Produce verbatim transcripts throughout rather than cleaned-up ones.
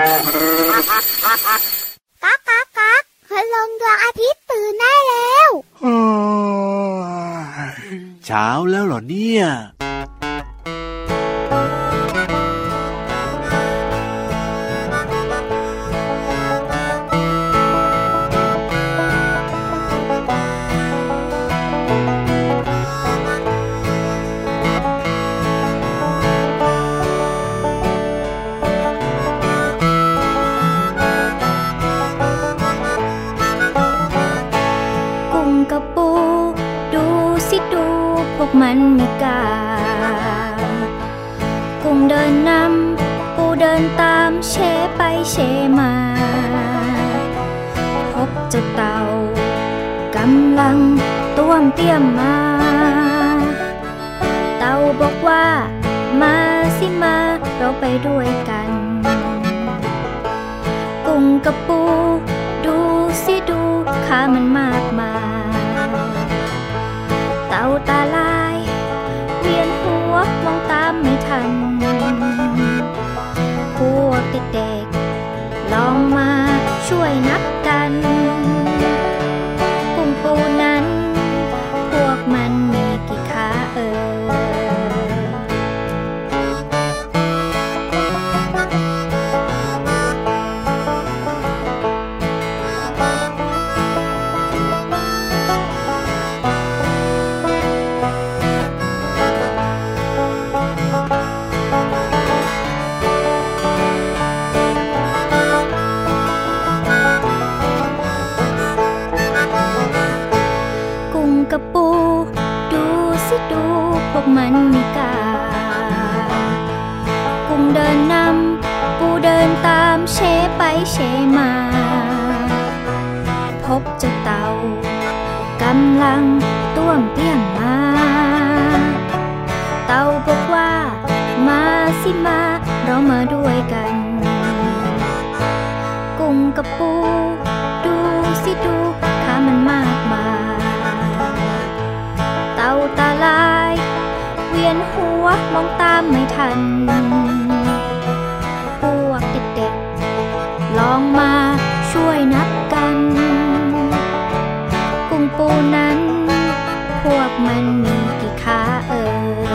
ก๊ากก๊ากก๊ากคืลงดวงอาทิตย์ตื่นได้แล้วเช้าแล้วเหรอเนี่ยมันไม่กล้ากุ้งเดินนำปูเดินตามเชไปเชมาพบเจ้าเต่ากำลังต้วมเตี้ยมมาเต่าบอกว่ามาสิมาเราไปด้วยกันกุ้งกับปูดูสิดูขามันมากมายเต่าตาลายเวียนหัวมองตามไม่ทันพวกเด็กๆลองมาช่วยนับกันกุ้งปูนั้นพวกมันมีกี่ขาเอ่มันมีกากุ้งเดินนำปูเดินตามเชไปเชมาพบเจ้าเต่ากำลังต้วมเตี้ยมมาเต่าบอกว่ามาสิมาเรามาด้วยกันกุ้งกับปูดูสิดูขามันมากมายเต่าตาลายเวียนหัวมองตามไม่ทันพวกเด็กๆลองมาช่วยนับกันกุ้งปูนั้นพวกมันมีกี่ขาเอ่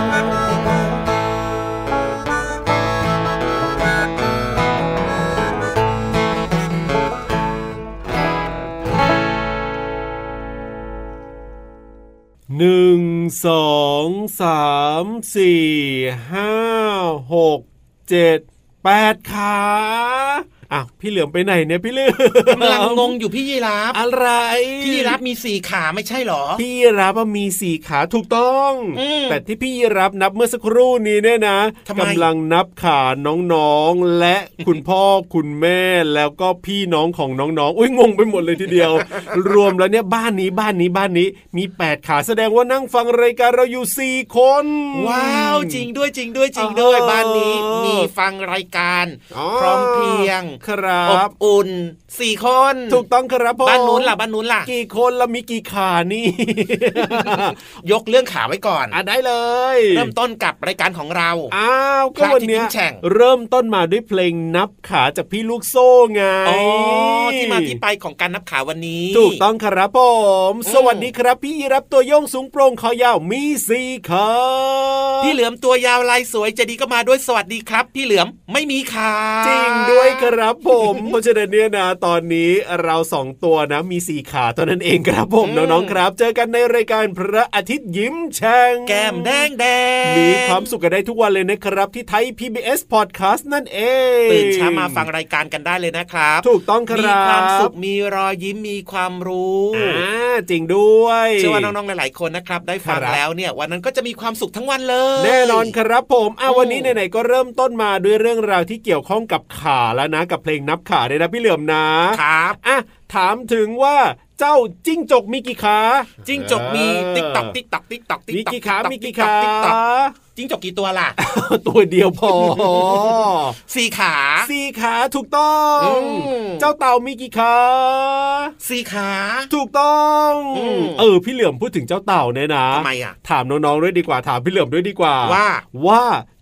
ยหนึ่งสองสามสี่ห้าหกเจ็ดแปดขาอ้าวพี่เหลือมไปไหนเนี่ยพี่เหลือมกำลังงงอยู่พี่ยีราฟอะไรพี่ยีราฟมีสี่ขาไม่ใช่หรอพี่ยีราฟมีสี่ขาถูกต้องแต่ที่พี่ยีราฟนับเมื่อสักครู่นี้เนี่ยนะกำลังนับขาน้องๆและคุณพ่อคุณแม่แล้วก็พี่น้องของน้องๆอุ้ยงงไปหมดเลยทีเดียว รวมแล้วเนี่ยบ้านนี้บ้านนี้บ้านนี้มีแปดขาแสดงว่านั่งฟังรายการเราอยู่สี่คนว้าวจริงด้วยจริงด้วยจริงด้วยบ้านนี้มีฟังรายการพร้อมเพรียงครับอบอุ่นสี่คนถูกต้องครับพ่อบ้านนู้นล่ะบ้านนู้นล่ะกี่คนแล้วมีกี่ขานี่ยกเรื่องขาไว้ก่อนอ่ะได้เลยเริ่มต้นกับรายการของเราอ้าวก็วันนี้เริ่มต้นมาด้วยเพลงนับขาจากพี่ลูกโซ่ไงอ๋อที่มาที่ไปของการนับขาวันนี้ถูกต้องครับผมสวัสดีครับพี่รับตัวโยงสูงโปร่งคอยาวมีสี่ขาพี่เหลือมตัวยาวลายสวยจะดีก็มาด้วยสวัสดีครับพี่เหลือมไม่มีขาจริงด้วยครับผมเพราะฉะนั้นเนี่ยนะตอนนี้เราสองตัวนะมีสี่ขาเท่านั้นเองครับผมน้องๆครับเจอกันในรายการพระอาทิตย์ยิ้มแฉ่งแก้มแดงแดงมีความสุขกันได้ทุกวันเลยนะครับที่ไทย พี บี เอส Podcast นั่นเองตื่นเช้ามาฟังรายการกันได้เลยนะครับถูกต้องครับมีความสุขมีรอยยิ้มมีความรู้อ่าจริงด้วยเชื่อว่าน้องๆหลายๆคนนะครับได้ฟังแล้วเนี่ยวันนั้นก็จะมีความสุขทั้งวันเลยแน่นอนครับผมอ่ะวันนี้ไหนๆก็เริ่มต้นมาด้วยเรื่องราวที่เกี่ยวข้องกับขาแล้วนะกับเพลงนับขาเลยนะพี่เหลือมนะครับอ่ะถามถึงว่าเจ้าจิ้งจกมีกี่ขาจิ้งจกมีติ๊กต๊อกติ๊กต๊อกติ๊กต๊อกมีกี่ขามีกี่ขาจิ้งจกกี่ตัวล่ะตัวเดียวพอสี่ขาสี่ขาถูกต้องเจ้าเต่ามีกี่ขาสี่ขาถูกต้องเออพี่เหลือมพูดถึงเจ้าเต่าเนี่ยนะทำไมอ่ะถามน้องๆด้วยดีกว่าถามพี่เหลือมด้วยดีกว่าว่าว่า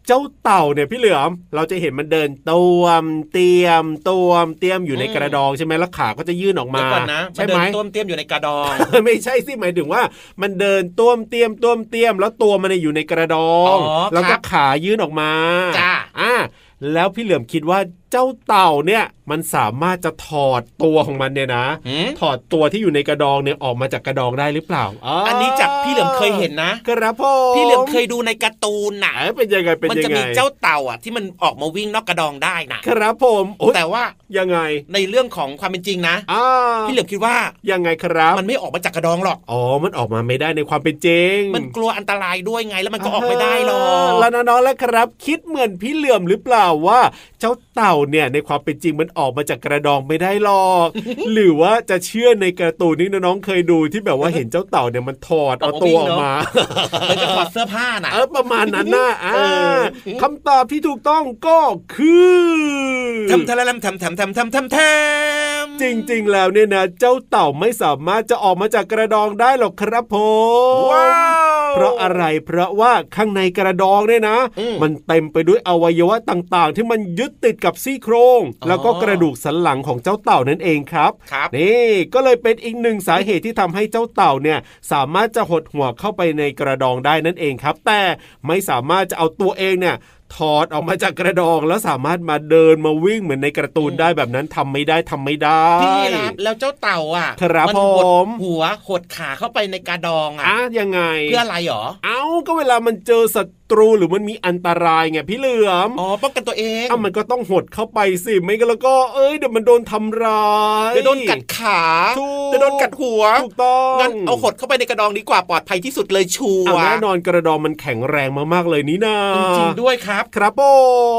เจ้าเต่าเนี่ยพี่เหลือมเราจะเห็นมันเดินตวมเตียมตวมเตียมอยู่ในกระดองใช่ไหมแล้วขาก็จะยื่นออกมาใช่ไหมต้วมเตียมอยู่ในกระดองไม่ใช่สิหมายถึงว่ามันเดินต้วมเตียมต้วมเตียมแล้วตัวมันอยู่ในกระดองแล้วก็ขายื่นออกมาจ้าอ่าแล้วพี่เหลือมคิดว่าเจ้าเต่าเนี่ยมันสามารถจะถอดตัวของมันเนี่ยนะถอดตัวที่อยู่ในกระดองเนี่ยออกมาจากกระดองได้หรือเปล่า อ, อันนี้จากพี่เหลือมเคยเห็นนะครับผมพี่เหลือมเคยดูในการ์ตูนน่ะเป็นยังไงเป็นยังไงมันจะมีเจ้าเต่าอ่ะที่มันออกมาวิ่งนอกกระดองได้นะครับผมแต่ว่ายังไงในเรื่องของความเป็นจริงนะพี่เหลือมคิดว่ายังไงครับมันไม่ออกมาจากกระดองหรอกอ๋อมันออกมาไม่ได้ในความเป็นจริงมันกลัวอันตรายด้วยไงแล้วมันก็ออกไม่ได้หรอกแล้วน้องๆแล้วครับคิดเหมือนพี่เหลือมหรือเปล่าว่าเจ้าเต่าเนี่ยในความเป็นจริงมันออกมาจากกระดองไม่ได้หรอก หรือว่าจะเชื่อในการ์ตูนนี่น้องๆเคยดูที่แบบว่าเห็นเจ้าเต่าเนี่ยมันถอดเอาตัวออกมามันจะถอดเสื้อผ้าน่ะเออประมาณนั้นน่ะคำตอบที่ถูกต้องก็คือทำทำทำทำทำทำทำทำทำจริงๆแล้วเนี่ยนะเจ้าเต่าไม่สามารถจะออกมาจากกระดองได้หรอกครับผมว้าวเพราะอะไรเพราะว่าข้างในกระดองเนี่ยนะมันเต็มไปด้วยอวัยวะต่างๆที่มันยึดติดกับซี่โครงแล้วก็กระดูกสันหลังของเจ้าเต่านั่นเองครับนี่ก็เลยเป็นอีกหนึ่งสาเหตุที่ทำให้เจ้าเต่าเนี่ยสามารถจะหดหัวเข้าไปในกระดองได้นั่นเองครับแต่ไม่สามารถจะเอาตัวเองเนี่ยถอดออกมาจากกระดองแล้วสามารถมาเดินมาวิ่งเหมือนในการ์ตูนได้แบบนั้นทำไม่ได้ทำไม่ได้พี่รับแล้วเจ้าเต่าอ่ะมันหดหัวหดขาเข้าไปในกระดองอ่ะยังไงเพื่ออะไรหรอเอ้าก็เวลามันเจอศัตรูหรือมันมีอันตรายไงพี่เหลือมอ๋อป้องกันตัวเองอ้าวมันก็ต้องหดเข้าไปสิไม่งั้นแล้วก็เอ้ยเดี๋ยวมันโดนทำร้ายเดี๋ยวโดนกัดขาเดี๋ยวโดนกัดหัวถูกต้องงั้นเอาหดเข้าไปในกระดองดีกว่าปลอดภัยที่สุดเลยชัวร์แน่นอนกระดองมันแข็งแรงมากๆเลยนี่นาจริงด้วยครับครับผม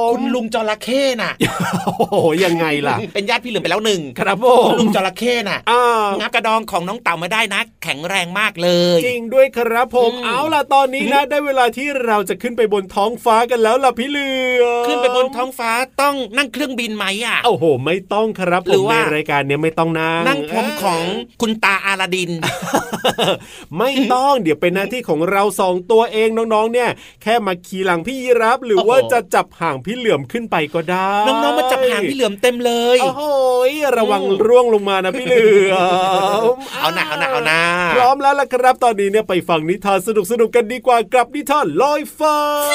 คุณลุงจระเข้น่ะโอ้โหยังไงล่ะเป็นญาติพี่เหลือมไปแล้วหนึ่งครับผมลุงจระเข้น่ะงับกระดองของน้องเต่ามาได้นะแข็งแรงมากเลยจริงด้วยครับผมเอาล่ะตอนนี้นะได้เวลาที่เราจะขึ้นไปบนท้องฟ้ากันแล้วล่ะพี่เหลือมขึ้นไปบนท้องฟ้าต้องนั่งเครื่องบินไหมอ่ะโอ้โหไม่ต้องครับผมในรายการนี้ไม่ต้องนั่งนั่งพรมของคุณตาอาลาดินไม่ต้องเดี๋ยวเป็นหน้าที่ของเราสองตัวเองน้องๆเนี่ยแค่มาขี่หลังพี่ยีราฟหรือว่าจะจับห่างพี่เหลือมขึ้นไปก็ได้น้องๆมาจับหางพี่เหลือมเต็มเลยโอ้โหระวังร่วงลงมานะพี่เหลือมเอาหน้าเอาหน้าเอาหน้าพร้อมแล้วล่ะครับตอนนี้เนี่ยไปฟังนิทานสนุกๆกันดีกว่ากับนิทานลอยฟ้า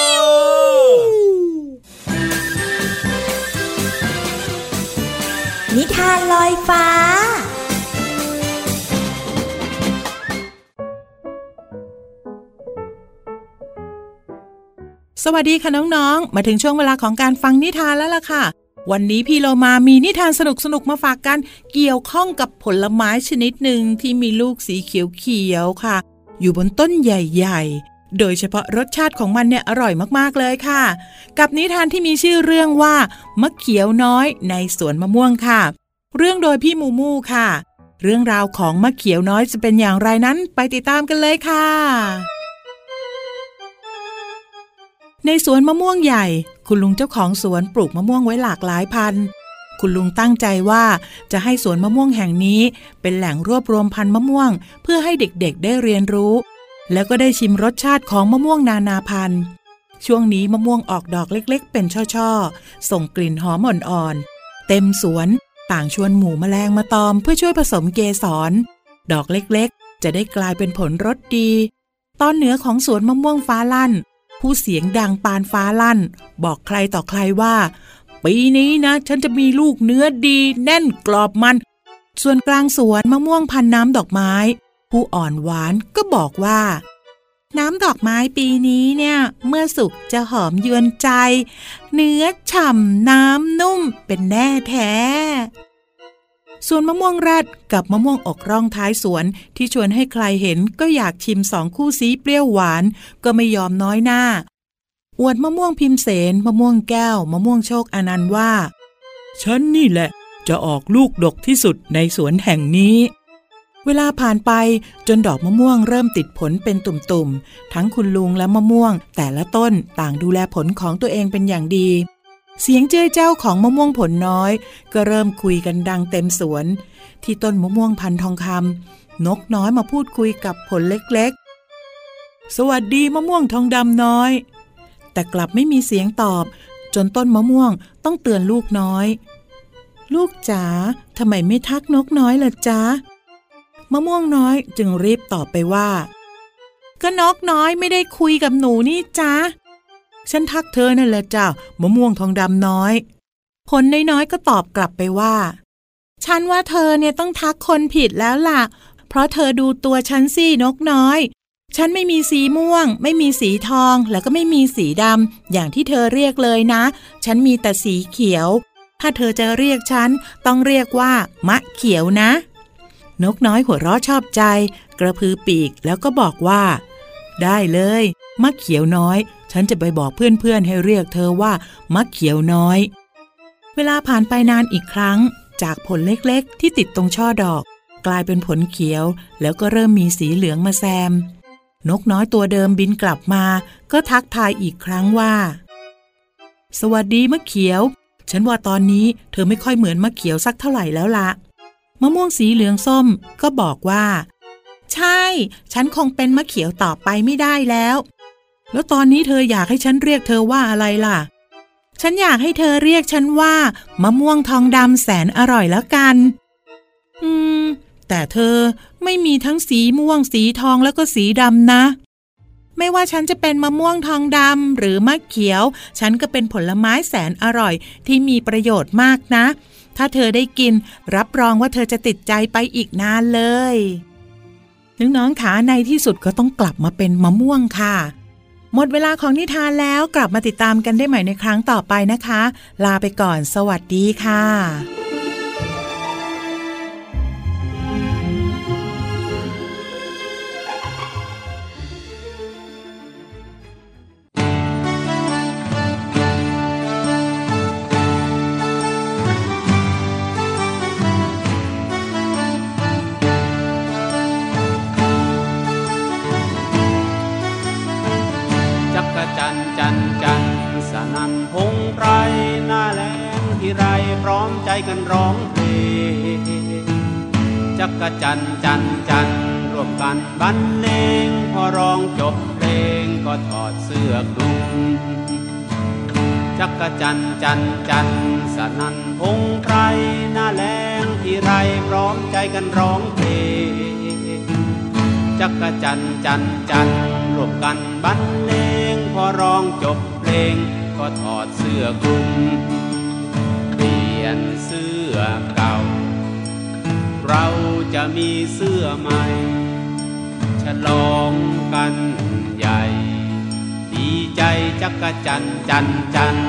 นิทานลอยฟ้าสวัสดีค่ะน้องๆมาถึงช่วงเวลาของการฟังนิทานแล้วล่ะค่ะวันนี้พี่โลมามีนิทานสนุกๆมาฝากกันเกี่ยวข้องกับผลไม้ชนิดหนึ่งที่มีลูกสีเขียวๆค่ะอยู่บนต้นใหญ่ๆโดยเฉพาะรสชาติของมันเนี่ยอร่อยมากๆเลยค่ะกับนิทานที่มีชื่อเรื่องว่ามะเขียวน้อยในสวนมะม่วงค่ะเรื่องโดยพี่มูมูค่ะเรื่องราวของมะเขียวน้อยจะเป็นอย่างไรนั้นไปติดตามกันเลยค่ะในสวนมะม่วงใหญ่คุณลุงเจ้าของสวนปลูกมะม่วงไว้หลากหลายพันธุ์คุณลุงตั้งใจว่าจะให้สวนมะม่วงแห่งนี้เป็นแหล่งรวบรวมพันธุ์มะม่วงเพื่อให้เด็กๆได้เรียนรู้แล้วก็ได้ชิมรสชาติของมะม่วงนานาพันธุ์ช่วงนี้มะม่วงออกดอกเล็กๆเป็นช่อๆส่งกลิ่นหอมอ่อนๆเต็มสวนต่างชวนหมู่แมลงมาตอมเพื่อช่วยผสมเกสรดอกเล็กๆจะได้กลายเป็นผลรสดีตอนเหนือของสวนมะม่วงฟ้าลั่นผู้เสียงดังปานฟ้าลั่นบอกใครต่อใครว่าปีนี้นะฉันจะมีลูกเนื้อดีแน่นกรอบมันส่วนกลางสวนมะม่วงพันน้ำดอกไม้ผู้อ่อนหวานก็บอกว่าน้ำดอกไม้ปีนี้เนี่ยเมื่อสุกจะหอมยวนใจเนื้อฉ่ำน้ำนุ่มเป็นแน่แท้ส่วนมะม่วงแรดกับมะม่วงอกร่องท้ายสวนที่ชวนให้ใครเห็นก็อยากชิมสองคู่ซีเปรี้ยวหวานก็ไม่ยอมน้อยหน้าอวดมะม่วงพิมเสนมะม่วงแก้วมะม่วงโชคอนันต์ว่าฉันนี่แหละจะออกลูกดกที่สุดในสวนแห่งนี้เวลาผ่านไปจนดอกมะม่วงเริ่มติดผลเป็นตุ่มๆทั้งคุณลุงและมะม่วงแต่ละต้นต่างดูแลผลของตัวเองเป็นอย่างดีเสียงเจ้ยเจ้าของมะม่วงผลน้อยก็เริ่มคุยกันดังเต็มสวนที่ต้นมะม่วงพันทองคำนกน้อยมาพูดคุยกับผลเล็กๆสวัสดีมะม่วงทองดำน้อยแต่กลับไม่มีเสียงตอบจนต้นมะม่วงต้องเตือนลูกน้อยลูกจ๋าทำไมไม่ทักนกน้อยล่ะจ๊ะมะม่วงน้อยจึงรีบตอบไปว่าก็นกน้อยไม่ได้คุยกับหนูนี่จ๊ะฉันทักเธอนั่นแหละจ้ามะม่วงทองดำน้อยผลน้อยๆก็ตอบกลับไปว่าฉันว่าเธอเนี่ยต้องทักคนผิดแล้วล่ะเพราะเธอดูตัวฉันสินกน้อยฉันไม่มีสีม่วงไม่มีสีทองแล้วก็ไม่มีสีดำอย่างที่เธอเรียกเลยนะฉันมีแต่สีเขียวถ้าเธอจะเรียกฉันต้องเรียกว่ามะเขียวนะนกน้อยหัวเราะชอบใจกระพือปีกแล้วก็บอกว่าได้เลยมะเขียวน้อยฉันจะไปบอกเพื่อนๆให้เรียกเธอว่ามะเขียวน้อยเวลาผ่านไปนานอีกครั้งจากผลเล็กๆที่ติดตรงช่อดอกกลายเป็นผลเขียวแล้วก็เริ่มมีสีเหลืองมาแซมนกน้อยตัวเดิมบินกลับมาก็ทักทายอีกครั้งว่าสวัสดีมะเขียวฉันว่าตอนนี้เธอไม่ค่อยเหมือนมะเขียวสักเท่าไหร่แล้วละมะม่วงสีเหลืองส้มก็บอกว่าใช่ฉันคงเป็นมะเขียวต่อไปไม่ได้แล้วแล้วตอนนี้เธออยากให้ฉันเรียกเธอว่าอะไรล่ะฉันอยากให้เธอเรียกฉันว่ามะม่วงทองดำแสนอร่อยแล้วกันอืมแต่เธอไม่มีทั้งสีม่วงสีทองแล้วก็สีดำนะไม่ว่าฉันจะเป็นมะม่วงทองดำหรือมะเขียวฉันก็เป็นผลไม้แสนอร่อยที่มีประโยชน์มากนะถ้าเธอได้กินรับรองว่าเธอจะติดใจไปอีกนานเลยน้องๆขาในที่สุดก็ต้องกลับมาเป็นมะม่วงค่ะหมดเวลาของนิทานแล้วกลับมาติดตามกันได้ใหม่ในครั้งต่อไปนะคะลาไปก่อนสวัสดีค่ะกันร้องเพลงจักจั่นจันจันร่วมกันบรรเลงพอร้องจบเพลงก็ถอดเสื้อคลุมจักจั่นจันจันสนั่นพงไพรหน้าแล้งที่ไรพร้อมใจกันร้องเพลงจักจั่นจันจันร่วมกันบรรเลงพอร้องจบเพลงก็ถอดเสื้อคลุมเสื้อเก่าเราจะมีเสื้อใหม่ฉลองกันใหญ่ดีใจจักจั่นจันจัน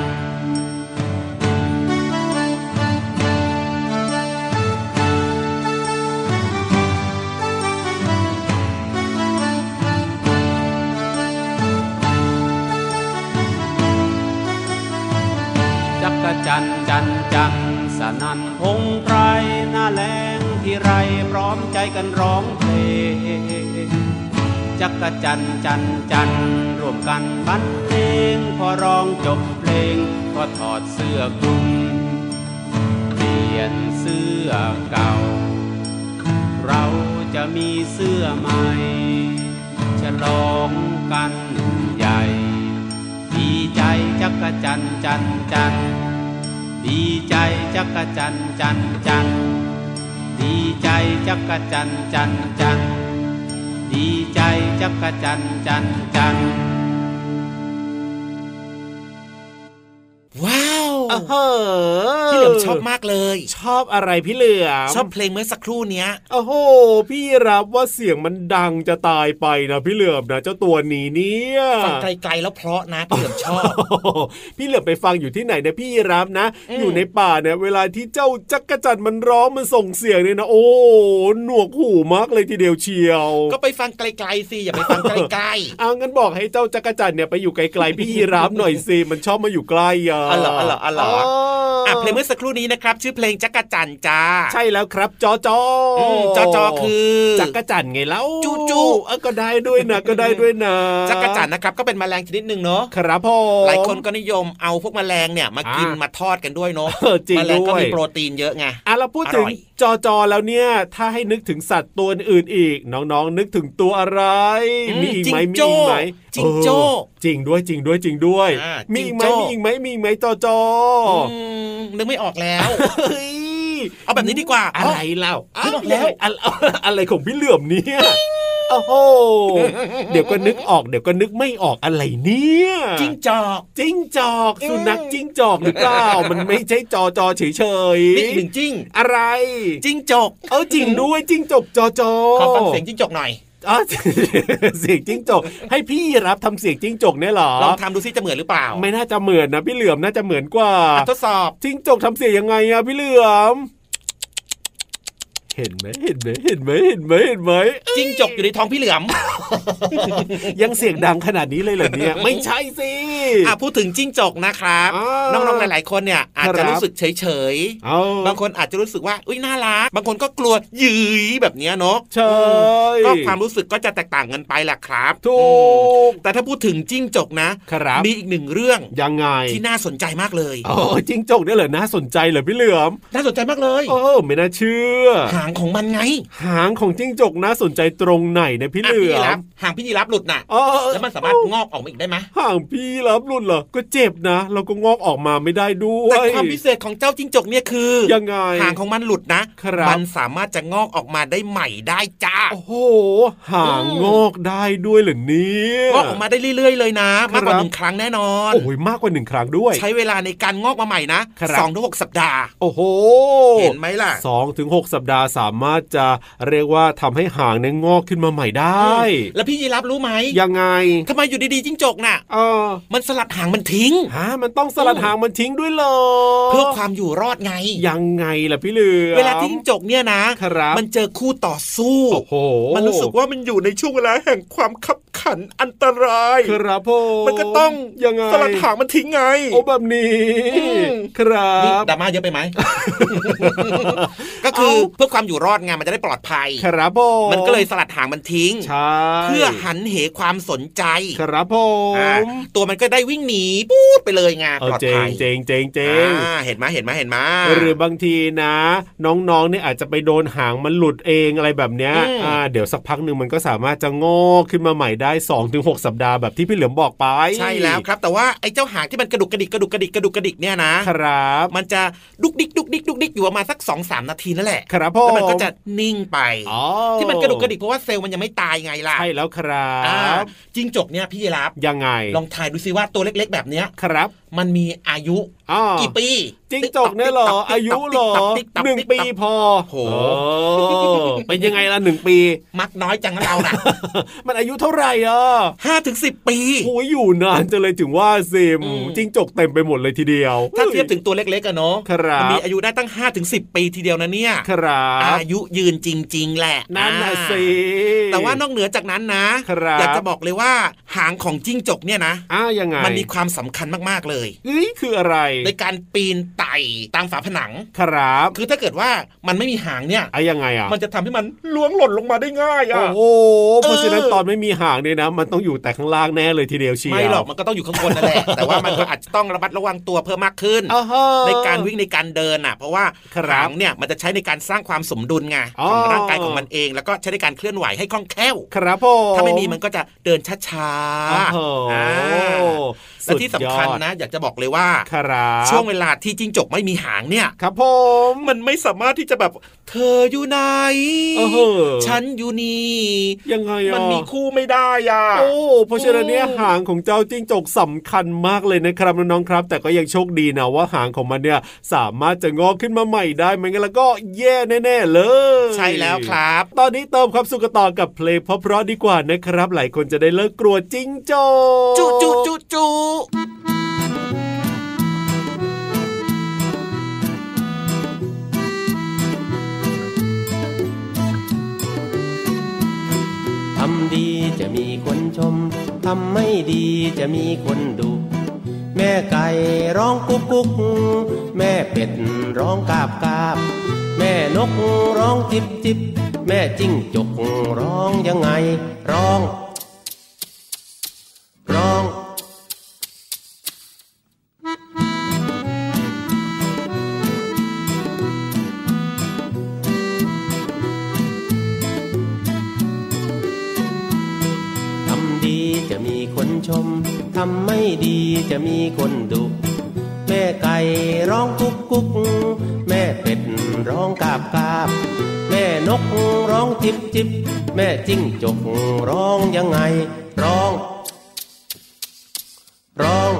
จักจั่นจันจันสนั่นพงไพรหน้าแล้งที่ไรพร้อมใจกันร้องเพลงจักจั่นจันจันร่วมกันบรรเลงพอร้องจบเพลงก็ถอดเสื้อคลุมเปลี่ยนเสื้อเก่าเราจะมีเสื้อใหม่ฉลองกันใหญ่ดีใจจักจั่นจันจันดีใจจักจั่นจันจันดีใจจักจั่นจันจันดีใจจักจั่นจันจันว้าวพี่เหลือมชอบมากเลยชอบอะไรพี่เหลือมชอบเพลงเมื่อสักครู่เนี้ยโอ้โหพี่รับว่าเสียงมันดังจะตายไปนะพี่เหลือมนะเจ้าตัวนี้เนี่ยฟังไกลๆแล้วเพราะนะพี่เหลือมชอบพี่เหลือมไปฟังอยู่ที่ไหนนะพี่รับนะ อ, อยู่ในป่าเนี่ยเวลาที่เจ้าจักรจั่นมันร้องมันส่งเสียงเนี่ยนะโอ้หนวกหูมากเลยทีเดียวเชียวก็ไปฟังไกลๆสิอย่าไปฟังใกล้ๆเอางั้นบอกให้เจ้าจักรจั่นเนี่ยไปอยู่ไกลๆพี่รับหน่อยสิมันชอบมาอยู่ใกล้อ่ะอ๋อเหรออ๋อเหรออ๋อเหรออ่ะเพลงเมื่อสักครู่นี้นะครับชื่อเพลงจักรจั่นจ้าใช่แล้วครับจอจอจอจอคือจักรจั่นไงแล้วจูจูเออก็ได้ด้วยนะก็ได้ด้วยนะจักรจั่นนะครับก็เป็นแมลงชนิดหนึ่งเนาะครับพ่อหลายคนก็นิยมเอาพวกแมลงเนี่ยมากินมาทอดกันด้วยเนาะแมลงก็มีโปรตีนเยอะไงอ่ะเราพูดถึงจอจอแล้วเนี่ยถ้าให้นึกถึงสัตว์ตัวอื่นอีกน้องๆนึกถึงตัวอะไรมีอีกไหมมีอีกไหมจิงโจ้จริงด้วยจริงด้วยจริงด้วยมีอีกไหมมีอีกไหมมีอีกไหมจอจอนึกไม่ออกแล้วเอาแบบนี้ดีกว่าอะไรเล่านึกออกแล้วอะไรของพี่เหลื่อมเนี่ยโอ้โหเดี๋ยวก็นึกออกเดี๋ยวก็นึกไม่ออกอะไรเนี่ยจิ้งจอกจิ้งจอกสุนัขจิ้งจอกหรือเปล่ามันไม่ใช่จอจอเฉยๆนี่หนึ่งจิ้งอะไรจิ้งจกเออจริงด้วยจิ้งจกจอจอขอฟังเสียงจิ้งจกหน่อยอ๋อเสียงจิ้งจกให้พี่รับทำเสียงจิ้งจกเนี่ยหรอลองทำดูซิจะเหมือนหรือเปล่าไม่น่าจะเหมือนนะพี่เหลือมน่าจะเหมือนกว่าทดสอบจิ้งจกทำเสียงยังไงอะพี่เหลือมเห็นไหมเห็นไหมเห็นไหมเห็นไหมเห็นไหมจิ้งจกอยู่ในท้องพี่เหลือมยังเสียงดังขนาดนี้เลยเหรอเนี่ยไม่ใช่สิอ่ะพูดถึงจิ้งจกนะครับน้องๆหลายๆคนเนี่ยอาจจะรู้สึกเฉยๆบางคนอาจจะรู้สึกว่าอุ้ยน่ารักบางคนก็กลัวยืยแบบเนี้ยเนาะใช่ก็ความรู้สึกก็จะแตกต่างกันไปแหละครับถูกแต่ถ้าพูดถึงจิ้งจกนะมีอีกหนึ่งเรื่องยังไงที่น่าสนใจมากเลยโอ้จิ้งจกเนี่ยเหรอน่าสนใจเหรอพี่เหลือมน่าสนใจมากเลยโอ้ไม่น่าเชื่อหางของมันไงหางของจิ้งจกน่าสนใจตรงไหนเนี่ยพี่เหลือมหางพี่ยีรับหลุดน่ะแล้วมันสามารถงอกออกมาอีกได้ไหมหางพี่รับหลุดเหรอก็เจ็บนะเราก็งอกออกมาไม่ได้ด้วยแต่ความพิเศษของเจ้าจิ้งจกเนี่ยคือยังไงหางของมันหลุดนะมันสามารถจะงอกออกมาได้ใหม่ได้จ้าโอ้โหหางงอกได้ด้วยเหรอเนี่ยงอกออกมาได้เรื่อยๆเลยนะมากกว่าหนึ่งครั้งแน่นอนโอ้ยมากกว่าหนึ่งครั้งด้วยใช้เวลาในการงอกมาใหม่นะสองถึงหกสัปดาห์โอ้โหเห็นไหมล่ะสองถึงหกสัปดาห์สามารถจะเรียกว่าทำให้หางเนี่ยงอกขึ้นมาใหม่ได้แล้วพี่ยีรับรู้ไหมยังไงทำไมอยู่ดีๆจิ้งจกน่ะเออมันสลัดหางมันทิ้งฮะมันต้องสลัดหางมันทิ้งด้วยเหรอเพื่อความอยู่รอดไงยังไงล่ะพี่เหลือเวลาที่จิ้งจกเนี่ยนะมันเจอคู่ต่อสู้โอ้โหมันรู้สึกว่ามันอยู่ในช่วงเวลาแห่งความคับขันอันตรายครับพ่อมันก็ต้องยังไงสลัดหางมันทิ้งไงโอ้แบบนี้ครับดราม่าเยอะไปไหม ก็คือเพื่อความอยู่รอดไงมันจะได้ปลอดภัยครับพ่อมันก็เลยสลัดหางมันทิ้งเพื่อหันเหความสนใจครับผมตัวมันก็ได้วิ่งหนีปู๊ดไปเลยไงปลอดภัยเจ๋งเจ๋งเจ๋งเห็นไหมเห็นไหมเห็นไหมหรือบางทีนะน้องๆเนี่ยอาจจะไปโดนหางมันหลุดเองอะไรแบบเนี้ยอ่าเดี๋ยวสักพักนึงมันก็สามารถจะงอกขึ้นมาใหม่ได้ สองถึงหก สัปดาห์แบบที่พี่เหลือมบอกไปใช่แล้วครับแต่ว่าไอ้เจ้าหางที่มันกระดุกกระดิกกระดุกกระดิกกระดุกกระดิกเนี่ยนะครับมันจะดุกดิกดุกดิกดุกดิกอยู่ประมาณสัก สองถึงสาม นาทีนั่นแหละครับพ่อแล้วมันก็จะนิ่งไปที่มันกระดุกกระดิกเพราะว่าเซลล์มันยังไม่ตายไงล่ะใช่แล้วครับจิ้งจกเนี่ยพี่ยีรับยังไงลองทายดูซิว่าตัวเล็กๆแบบเนี้ยครับมันมีอายุกี่ปีจิ้งจกเนี่ยหรออายุหรอหนึ่งปีพอโหเป็นยังไงล่ะหนึ่งปีมักน้อยจังนะเราน่ะมันอายุเท่าไหร่อ่ะห้าถึงสิบปีโอ้ยอยู่นานจะเลยถึงว่าซิมจิ้งจกเต็มไปหมดเลยทีเดียวถ้าเทียบถึงตัวเล็กๆอะเนาะมันมีอายุได้ตั้งห้าถึงสิบปีทีเดียวนะเนี่ยอายุยืนจริงๆแหละนั่นน่ะสิแต่ว่านอกเหนือจากนั้นนะอยากจะบอกเลยว่าหางของจิ้งจกเนี่ยนะอ้าวยังไงมันมีความสำคัญมากๆเลยนี่คืออะไรในการปีนไต่ตามฝาผนังครับคือถ้าเกิดว่ามันไม่มีหางเนี่ยไอ้ยังไงอ่ะมันจะทำให้มันล้วงหล่นลงมาได้ง่ายอ่ะโอ้โหเพราะฉะนั้นตอนไม่มีหางเนี่ยนะมันต้องอยู่แต่ข้างล่างแน่เลยทีเดียวเชียวไม่หรอกมันก็ต้องอยู่ข้างบนนั่นแหละแต่ว่ามันก็อาจจะต้องระมัดระวังตัวเพิ่มมากขึ้นในการวิ่งในการเดินอ่ะเพราะว่าหางเนี่ยมันจะใช้ในการสร้างความสมดุลไงของร่างกายของมันเองแล้วก็ใช้ในการเคลื่อนไหวให้คล่องแคล่วครับพ่อถ้าไม่มีมันก็จะเดินช้าๆและที่สำคัญนะอยากจะบอกเลยว่าช่วงเวลาที่จิ้งจกไม่มีหางเนี่ยครับผมมันไม่สามารถที่จะแบบเธออยู่ไหนฉันอยู่นี่ยังไงอ่ะมันมีคู่ไม่ได้อ่ะโอ้เพราะฉะนั้นเนี่ยหางของเจ้าจิ้งจกสำคัญมากเลยนะครับน้องๆครับแต่ก็ยังโชคดีนะว่าหางของมันเนี่ยสามารถจะงอกขึ้นมาใหม่ได้ไม่งั้นแล้วก็แย่แน่ๆเลยใช่แล้วครับตอนนี้เติมความสุขต่อกับเพลงเพราะๆดีกว่านะครับหลายคนจะได้เลิกกลัวจิ้งจกจุจุจุจุทำดีจะมีคนชมทำไม่ดีจะมีคนดุแม่ไก่ร้องกุ๊กกุ๊กแม่เป็ดร้องกาบกาบแม่นกร้องจิบจิบแม่จิ้งจกร้องยังไงร้องร้องทำไม่ดีจะมีคนดุแม่ไก่ร้องกุ๊กกุ๊กแม่เป็ดร้องกาบกาบแม่นกร้องจิบจิบแม่จิ้งจกร้องยังไงร้องร้อง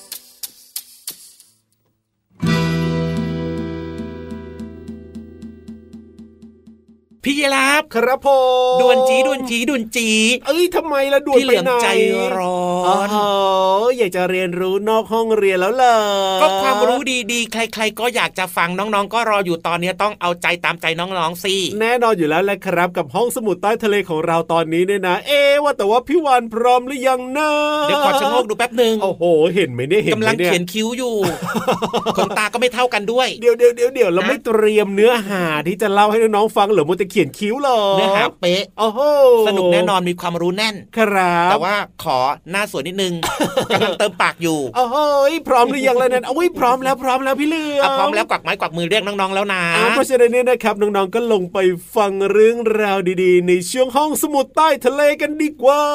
พี่ยีราฟครับผมด่วนจีด่วนจีด่วนจีเอ้ยทำไมล่ะด่วนไปไหนพี่เหลือมใจร้อนอ๋ออยากจะเรียนรู้นอกห้องเรียนแล้วล่ะก็ความรู้ดีๆใครๆก็อยากจะฟังน้องๆก็รออยู่ตอนนี้ต้องเอาใจตามใจน้องๆสิแน่นอนอยู่แล้วแหละครับกับห้องสมุดใต้ทะเลของเราตอนนี้เนี่ยนะเอ๊ะว่าแต่ว่าพี่วานพร้อมหรือยังนะเดี๋ยวขอชะโงกดูแป๊บนึงโอ้โหเห็นไหมเนี่ยเห็นไหมเนี่ยกำลังเขียนคิ้วอยู่ขนตาก็ไม่เท่ากันด้วยเดี๋ยวเดี๋ยวเดี๋ยวเดี๋ยวเราไม่เตรียมเนื้อหาที่จะเล่าให้น้องๆฟังหรือมัวแต่เขียนคิ้วหรอเนื้อหาเป๊ะโอ้โหสนุกแน่นอนมีความรู้แน่นครับแต่ว่าขอหน้าสวยนิดนึงกำลังเติมปากอยู่โอ้โหพร้อมหรือยังล่ะนั่นโอ้ยพร้อมแล้วพร้อมแล้วพี่เหลือมพร้อมแล้วกวักไม้กวักมือเรียกน้องๆแล้วนะเพราะฉะนั้นเนี่ยนะครับน้องๆก็ลงไปฟังเรื่องราวดีๆในช่วงห้องสมุดใต้ทะเลกันดีกว่า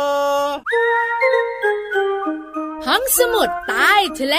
ห้องสมุดใต้ทะเล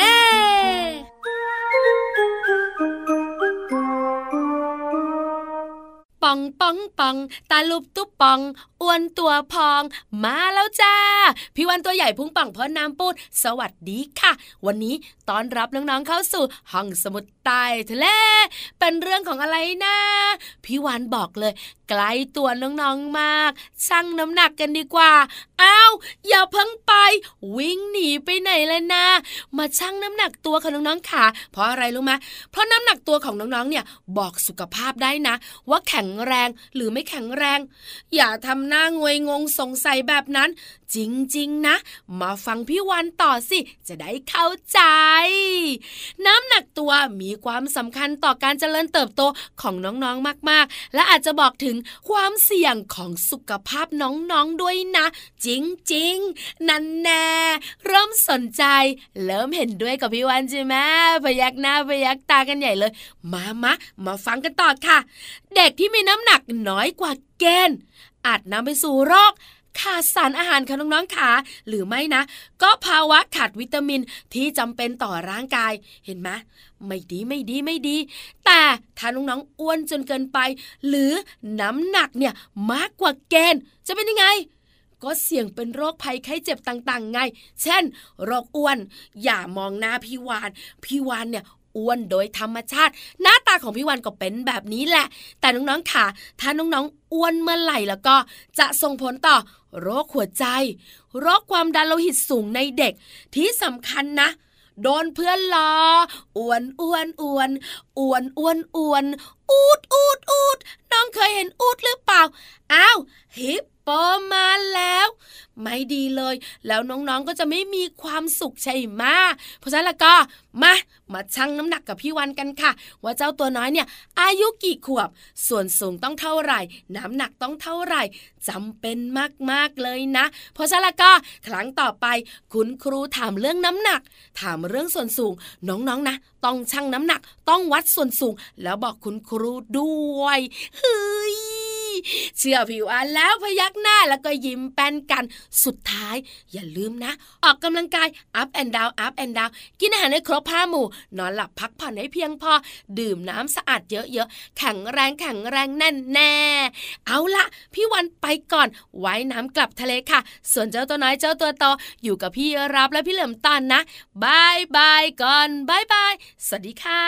ปองปองปองตาลุบตุ๊บปองอ้วนตัวพองมาแล้วจ้าพี่วันตัวใหญ่พุงป่องพอน้ำปูดสวัสดีค่ะวันนี้ต้อนรับน้องๆเข้าสู่ห้องสมุดใต้ทะเลเป็นเรื่องของอะไรนะพี่วันบอกเลยไกลตัวน้องๆมากชั่งน้ำหนักกันดีกว่าอ้าวอย่าเพิ่งไปวิ่งหนีไปไหนเลยนะมาชั่งน้ำหนักตัวของน้องๆค่ะเพราะอะไรรู้ไหมเพราะน้ำหนักตัวของน้องๆเนี่ยบอกสุขภาพได้นะว่าแข็งแรงหรือไม่แข็งแรงอย่าทำหน้างวยงงสงสัยแบบนั้นจริงๆนะมาฟังพี่วันต่อสิจะได้เข้าใจน้ำหนักตัวมีความสำคัญต่อการเจริญเติบโตของน้องๆมากๆและอาจจะบอกถึงความเสี่ยงของสุขภาพน้องๆด้วยนะจริงๆนั่นแน่เริ่มสนใจเริ่มเห็นด้วยกับพี่วันใช่ไหมพยักหน้าพยักตากันใหญ่เลยมามะมาฟังกันต่อค่ะเด็กที่มีน้ำหนักน้อยกว่าเกณฑ์อาจนำไปสู่โรคขาดสารอาหารค่ะน้องๆขาหรือไม่นะก็ภาวะขาดวิตามินที่จำเป็นต่อร่างกายเห็นไหมไม่ดีไม่ดีไม่ดีแต่ถ้าน้องๆอ้วนจนเกินไปหรือน้ำหนักเนี่ยมากกว่าเกณฑ์จะเป็นยังไงก็เสี่ยงเป็นโรคภัยไข้เจ็บต่างๆไงเช่นโรคอ้วนอย่ามองหน้าพี่วานพี่วานเนี่ยอ้วนโดยธรรมชาติหน้าตาของพี่วันก็เป็นแบบนี้แหละแต่น้องๆค่ะถ้าน้องๆอ้วนเมื่อไหร่แล้วก็จะส่งผลต่อโรคหัวใจโรคความดันโลหิตสูงในเด็กที่สำคัญนะโดนเพื่อนล้ออ้วนอ้วนอ้วนอ้วนอ้วนอ้วนอูดอูดอูดน้องเคยเห็นอูดหรือเปล่าอ้าวฮิปโปมาแล้วไม่ดีเลยแล้วน้องๆก็จะไม่มีความสุขใช่ไหมเพราะฉะนั้นแล้วก็มามาชั่งน้ำหนักกับพี่วันกันค่ะว่าเจ้าตัวน้อยเนี่ยอายุกี่ขวบส่วนสูงต้องเท่าไหร่น้ำหนักต้องเท่าไหร่จำเป็นมากๆเลยนะเพราะฉะนั้นแล้วก็ครั้งต่อไปคุณครูถามเรื่องน้ำหนักถามเรื่องส่วนสูงน้องๆนะต้องชั่งน้ำหนักต้องวัดส่วนสูงแล้วบอกคุณครูด้วยเฮ้ยเชื่อพี่วันแล้วพยักหน้าแล้วก็ยิ้มแป้นกันสุดท้ายอย่าลืมนะออกกำลังกาย up and down up and down กินอาหารให้ครบห้าหมู่นอนหลับพักผ่อนให้เพียงพอดื่มน้ำสะอาดเยอะๆแข็งแรงแข็งแรงแน่นแน่เอาละพี่วันไปก่อนไว้น้ำกลับทะเลค่ะส่วนเจ้าตัวน้อยเจ้าตัวโตอยู่กับพี่รับและพี่เหลิมตอนนะบายบายก่อนบายบายสวัสดีค่ะ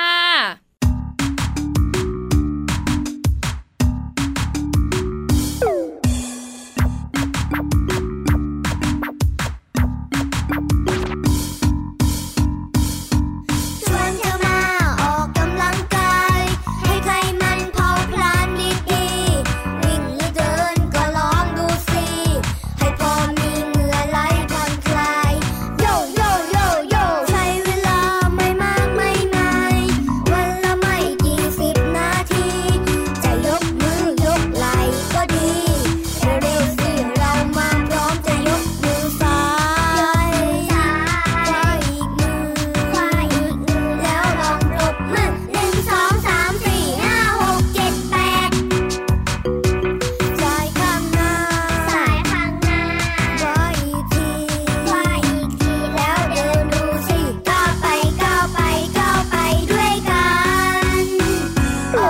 ว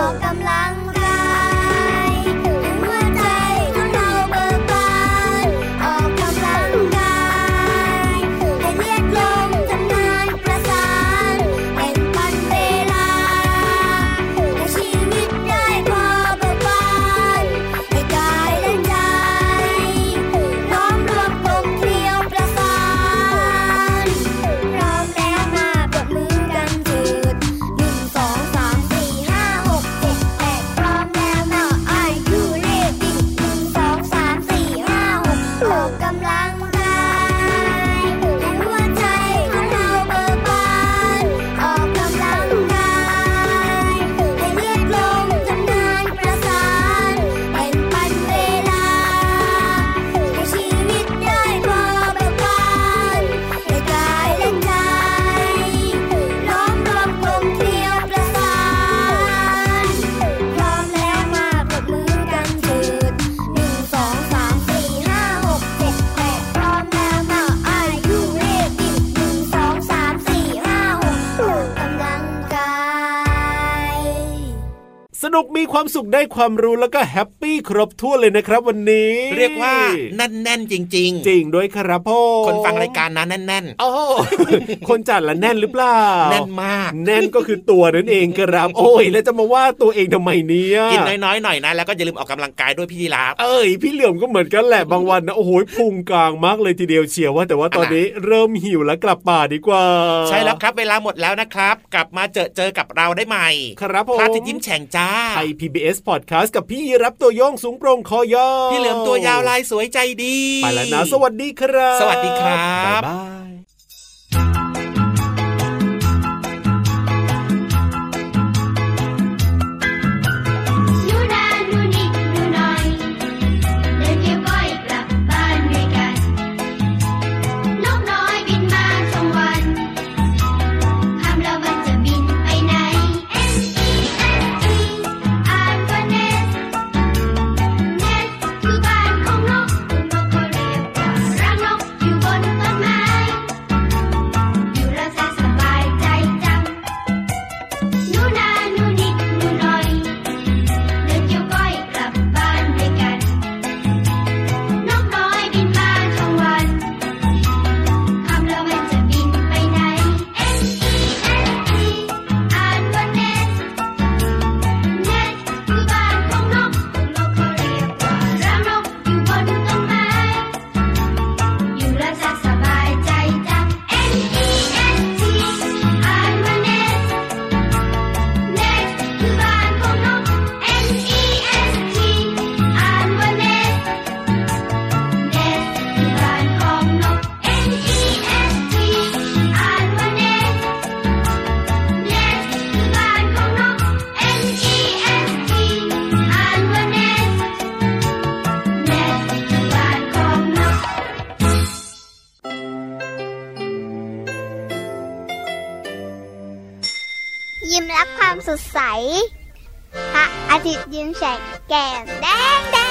อกกำลังกายหัวใจของเราเบิกบานออกกำลังกายให้เลือดลมทำงานประสานเป็นปันเวลาให้ชีวิตได้พอเบิกบานให้กายและใจน้อมรวมกลมเกลียวประสานพร้อมแล้วมาปรบมือกันเถิดหนึ่งสองสามสี่ห้าหกเจ็ดแปดพร้อมแล้วนะ Are you ready หนึ่งสองสามสี่ห้าหกออกกำลังกายให้หัวใจของเราเบิกบานออกกำลังกายให้เลือดลมทำงานประสานเป็นปันเวลาให้ชีวิตได้พอเบิกบานให้กายและใจน้อมรวมกลมเกลียวประสานพร้อมแล้วมาปรบมือกันเถิดหนึ่งสองสามสี่ห้าหกเจ็ดแปดพร้อมแล้วนะ Are you ready หนึ่งสองสามสี่ห้าหกออกกำลังกายสนุกมีความสุขได้ความรู้แล้วก็แฮปปี้ครบถ้วนเลยนะครับวันนี้เรียกว่าแน่นๆจริงๆจริงด้วยครับพ่อคนฟังรายการนั้นแน่นๆโอ้คนจัดละแน่นหรือเปล่าแน่นมากแน่นก็คือตัวนั่นเองครับโอ้ยแล้วจะมาว่าตัวเองทำไมเนี่ยกินน้อยๆหน่อยนะแล้วก็อย่าลืมออกกำลังกายด้วยพี่ยีราฟเอ้ยพี่เหลี่ยมก็เหมือนกันแหละบางวันนะโอ้โหพุงกลางมากเลยทีเดียวเชียวว่าแต่ว่าตอนนี้เริ่มหิวแล้วกลับป่าดีกว่าใช่แล้วครับเวลาหมดแล้วนะครับกลับมาเจอเจอกับเราได้ใหม่ครับผมพระอาทิตย์ยิ้มแฉ่งจ้าไทย พี บี เอส Podcast กับพี่รับตัวโยงสูงโปร่งคอยาวพี่เหลือมตัวยาวลายสวยใจดีไปแล้วนะสวัสดีครับสวัสดีครับบ๊ายบายยิ้มรับความสดใสพระอาทิตย์ยิ้มแฉกแก้มแดงแด